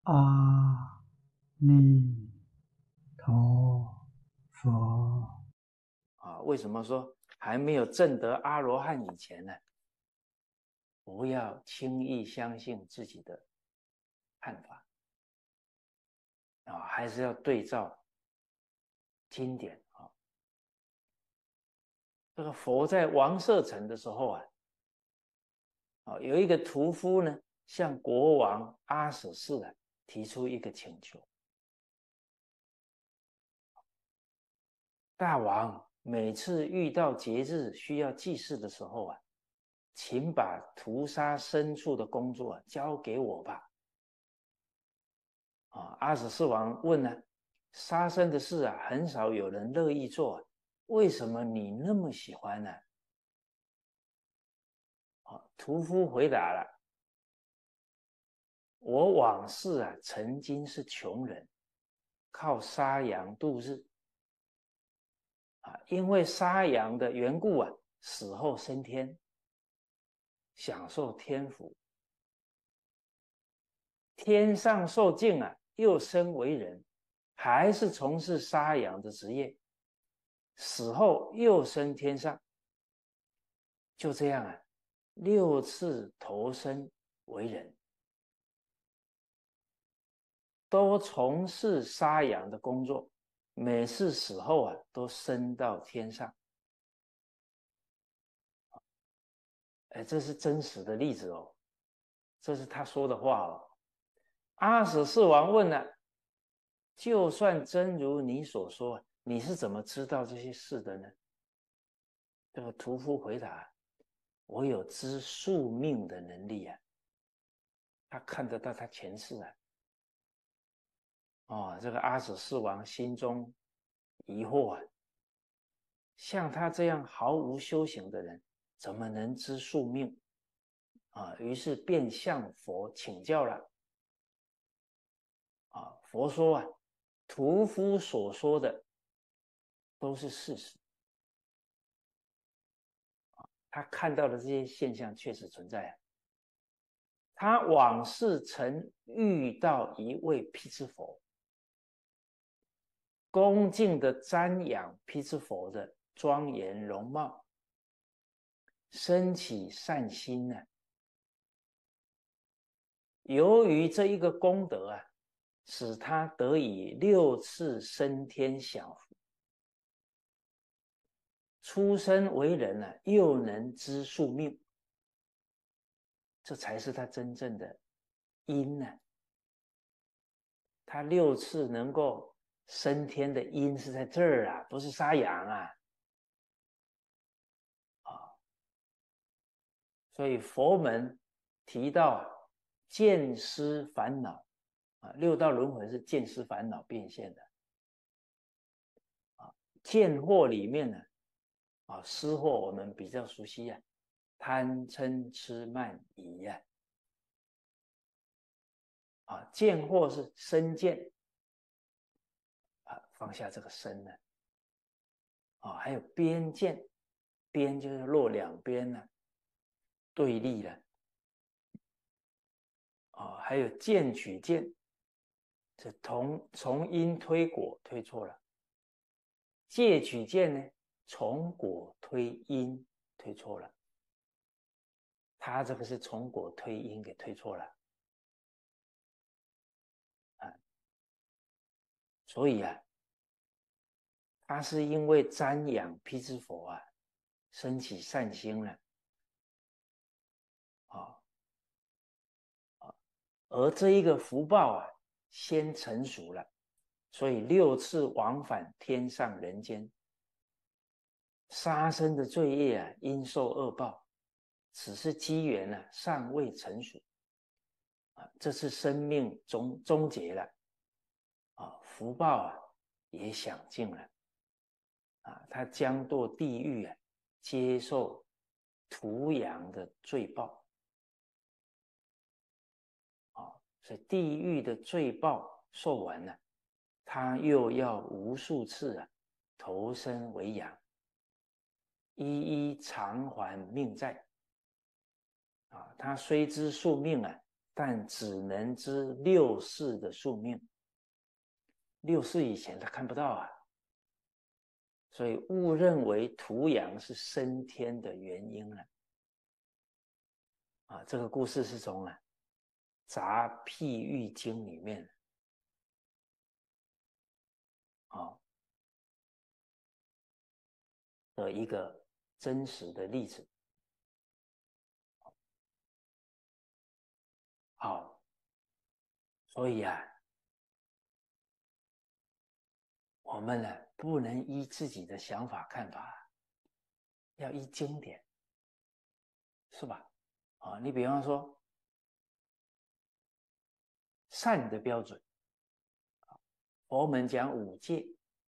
阿弥陀佛。 为什么说还没有证得阿罗汉以前呢？不要轻易相信自己的看法还是要对照经典这个佛在王舍城的时候有一个屠夫呢，向国王阿舍氏提出一个请求：大王，每次遇到节日需要祭祀的时候请把屠杀牲畜的工作交给我吧。阿舍世王问呢，杀生的事很少有人乐意做，为什么你那么喜欢呢？屠夫回答了：我往世曾经是穷人，靠杀羊度日因为杀羊的缘故死后升天，享受天福。天上受尽又生为人，还是从事杀羊的职业，死后又升天上，就这样6次投生为人，都从事杀羊的工作，每次死后都升到天上。这是真实的例子这是他说的话阿舍世王问了：就算真如你所说，你是怎么知道这些事的呢？这个屠夫回答：我有知宿命的能力他看得到他前世这个阿舍世王心中疑惑像他这样毫无修行的人，怎么能知宿命于是便向佛请教了佛说屠夫所说的都是事实他看到的这些现象确实存在他往世曾遇到一位辟支佛，恭敬的瞻仰辟支佛的庄严容貌，生起善心由于这一个功德使他得以6次升天享福，出生为人又能知宿命，这才是他真正的因他6次能够升天的因是在这儿不是杀羊所以佛门提到见思烦恼6道轮回是见思烦恼变现的见惑里面呢思惑我们比较熟悉贪嗔痴慢疑见惑是身见放下这个身呢还有边见，边就是落两边对立了还有见取见，这从因推果推错了，戒取见呢从果推因推错了，他这个是从果推因给推错了所以他是因为瞻仰辟支佛升起善心了而这一个福报先成熟了，所以6次往返天上人间，杀生的罪业应受恶报，只是机缘尚未成熟这次生命终结了福报也享尽了他将堕地狱接受屠羊的罪报所以地狱的罪报受完了，他又要无数次投生为羊，一一偿还命债他虽知宿命但只能知六世的宿命。六世以前他看不到啊，所以误认为图阳是升天的原因了。这个故事是从杂譬喻经里面的一个真实的例子。好，所以我们呢不能依自己的想法看法，要依经典，是吧？你比方说善的标准，佛门讲五戒，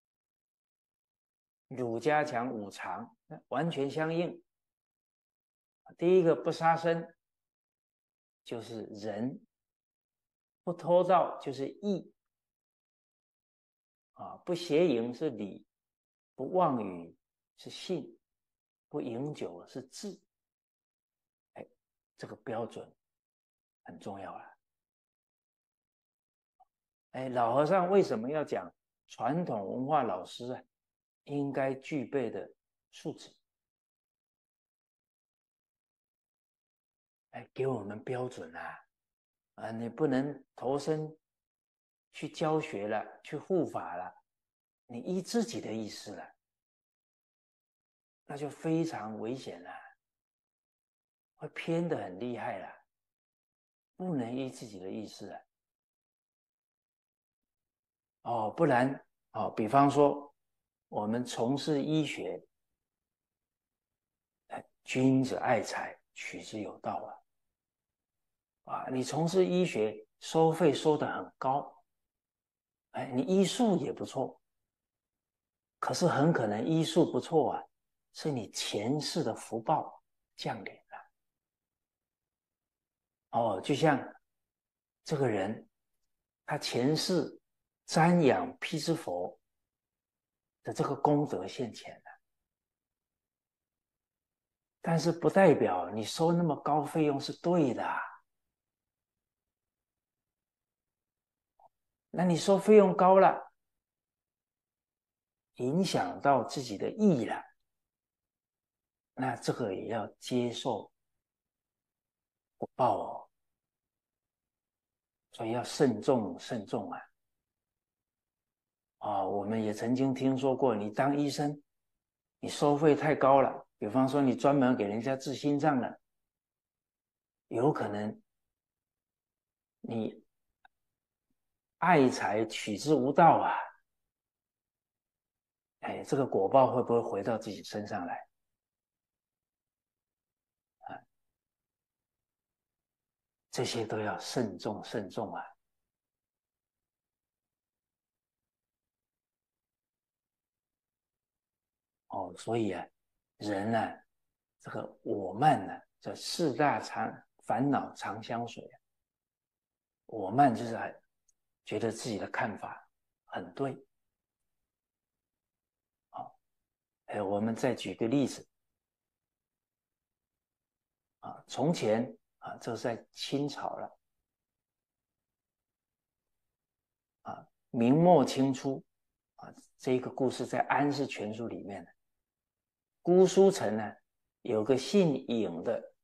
儒家讲五常，完全相应。第一个不杀生，就是仁；不偷盗就是义，不邪淫是礼，不妄语是信，不饮酒是智。这个标准很重要了。老和尚为什么要讲传统文化老师应该具备的素质？给我们标准你不能投身去教学了，去护法了，你依自己的意思了，那就非常危险了，会偏得很厉害了，不能依自己的意思不然比方说我们从事医学，君子爱财，取之有道你从事医学，收费收得很高，你医术也不错，可是很可能医术不错是你前世的福报降临了。就像这个人，他前世瞻仰辟支佛的这个功德现前了，但是不代表你收那么高费用是对的那你收费用高了，影响到自己的义了，那这个也要接受果报所以要慎重慎重我们也曾经听说过，你当医生，你收费太高了，比方说你专门给人家治心脏的，有可能你爱财取之无道这个果报会不会回到自己身上来这些都要慎重慎重所以人这个我慢这四大烦恼常相随我慢就是觉得自己的看法很对我们再举个例子从前这是在清朝了明末清初这一个故事在《安氏全书》里面姑苏城有个姓尹的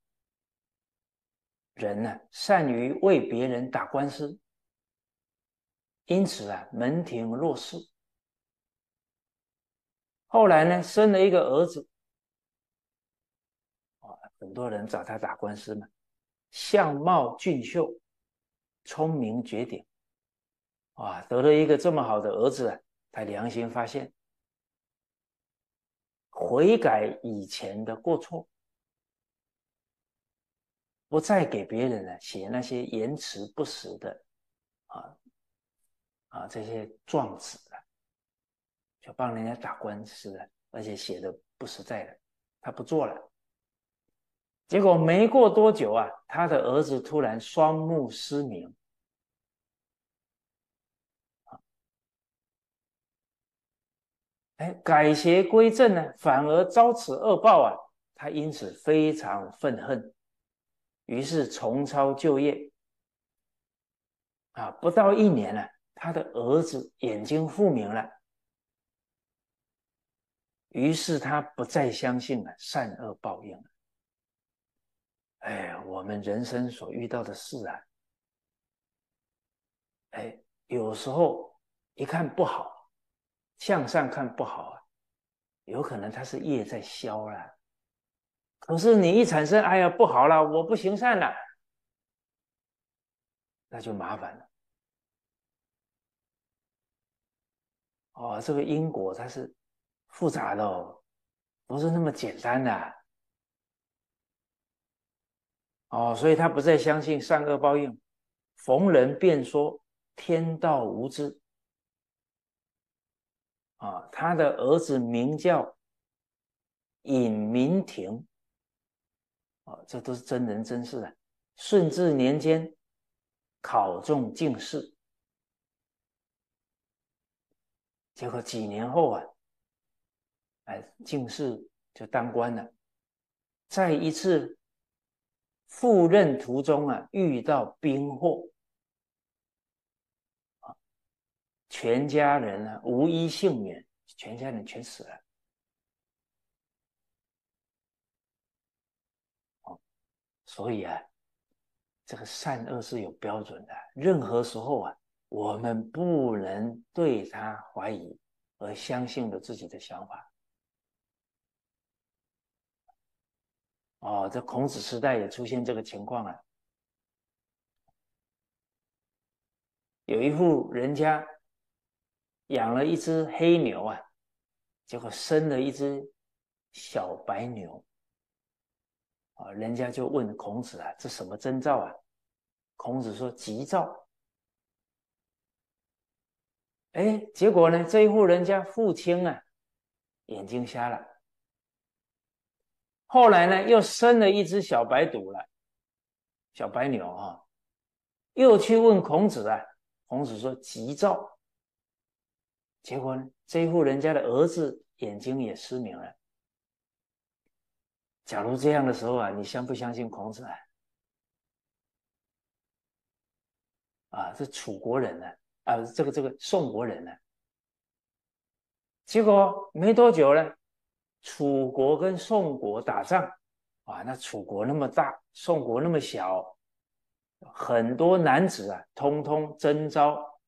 人善于为别人打官司，因此门庭若市。后来生了一个儿子很多人找他打官司嘛，相貌俊秀，聪明绝顶得了一个这么好的儿子他良心发现，悔改以前的过错，不再给别人写那些言辞不实的这些状纸就帮人家打官司而且写的不实在的，他不做了。结果没过多久他的儿子突然双目失明改邪归正反而遭此恶报他因此非常愤恨，于是重操旧业， 不到1年了，他的儿子眼睛复明了，于是他不再相信善恶报应了。我们人生所遇到的事有时候一看不好，向上看不好有可能它是业在消了。可是你一产生，哎呀不好了，我不行善了，那就麻烦了。这个因果它是复杂的不是那么简单的所以他不再相信善恶报应，逢人便说天道无知他的儿子名叫尹明庭这都是真人真事顺治年间考中进士，结果几年后进士就当官了。在一次赴任途中遇到兵祸全家人无一幸免，全家人全死了所以这个善恶是有标准的，任何时候我们不能对他怀疑而相信了自己的想法这孔子时代也出现这个情况有一户人家养了一只黑牛结果生了一只小白牛人家就问孔子这什么征兆孔子说吉兆结果呢这一户人家父亲眼睛瞎了，后来呢又生了一只小白犊了，小白牛又去问孔子孔子说吉兆，结果呢这一户人家的儿子眼睛也失明了。假如这样的时候你相不相信孔子这楚国人这个宋国人结果没多久呢楚国跟宋国打仗那楚国那么大，宋国那么小，很多男子通通征召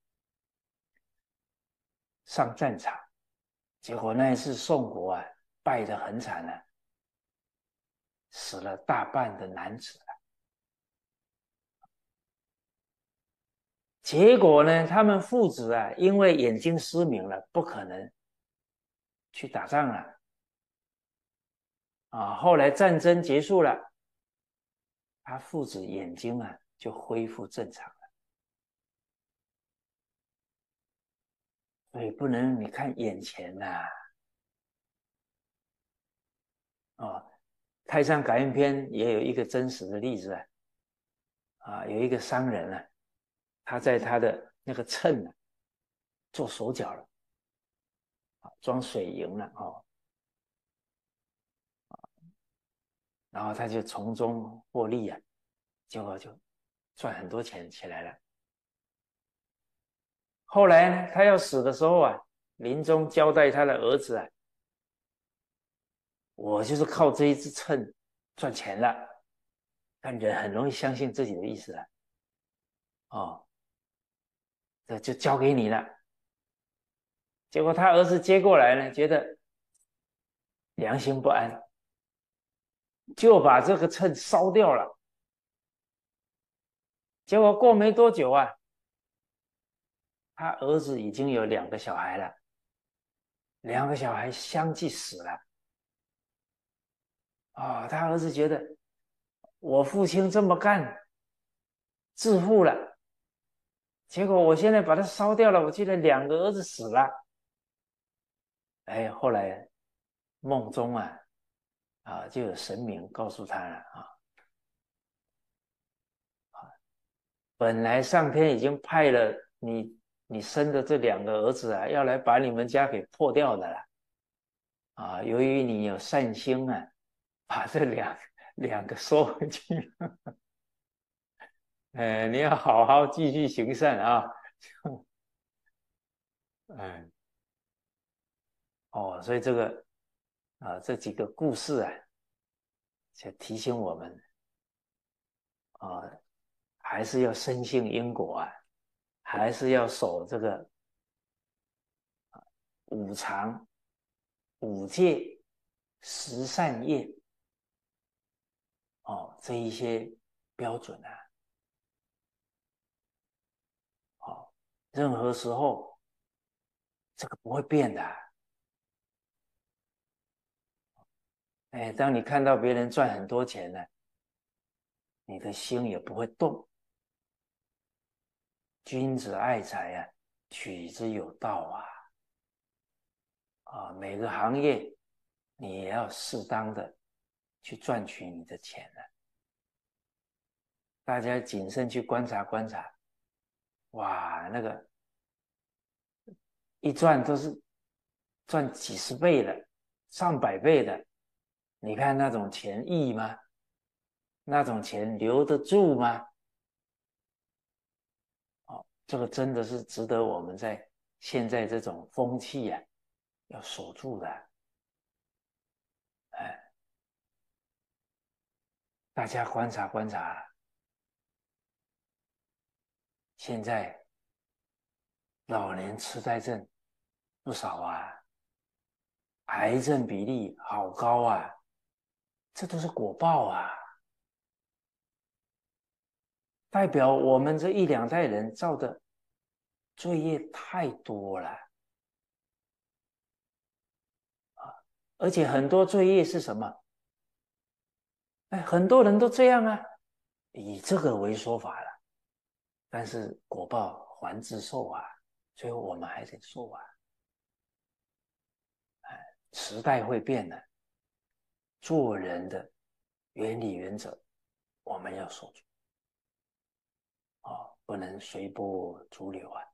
上战场，结果那一次宋国败得很惨死了大半的男子结果呢他们父子因为眼睛失明了，不可能去打仗了后来战争结束了，他父子眼睛就恢复正常了。所以不能你看眼前太上感应篇也有一个真实的例子有一个商人他在他的那个秤做手脚了装水银了然后他就从中获利结果就赚很多钱起来了。后来呢他要死的时候临终交代他的儿子我就是靠这一支秤赚钱了。但人很容易相信自己的意思这就交给你了。结果他儿子接过来呢，觉得良心不安，就把这个秤烧掉了。结果过没多久他儿子已经有2个小孩了，2个小孩相继死了他儿子觉得我父亲这么干致富了，结果我现在把它烧掉了，我记得2个儿子死了。后来梦中就有神明告诉他了本来上天已经派了你生的这2个儿子要来把你们家给破掉的了由于你有善心把这两个收回去你要好好继续行善啊。嗯，哦，所以这个这几个故事啊，就提醒我们啊，还是要深信因果啊，还是要守这个五常、五戒、十善业哦，这一些标准啊，哦，任何时候这个不会变的啊。哎，当你看到别人赚很多钱呢，你的心也不会动。君子爱财啊，取之有道啊。每个行业你也要适当的去赚取你的钱啊。大家谨慎去观察观察，哇，那个一赚都是赚几十倍的、上百倍的。你看那种钱易吗？那种钱留得住吗？这个真的是值得我们在现在这种风气啊，要守住的。哎，大家观察观察，现在老年痴呆症不少啊，癌症比例好高啊，这都是果报啊，代表我们这一两代人造的罪业太多了。而且很多罪业是什么？哎，很多人都这样啊，以这个为说法了，但是果报还自受啊，最后我们还得受啊。时代会变的，做人的原理原则我们要守住不能随波逐流啊。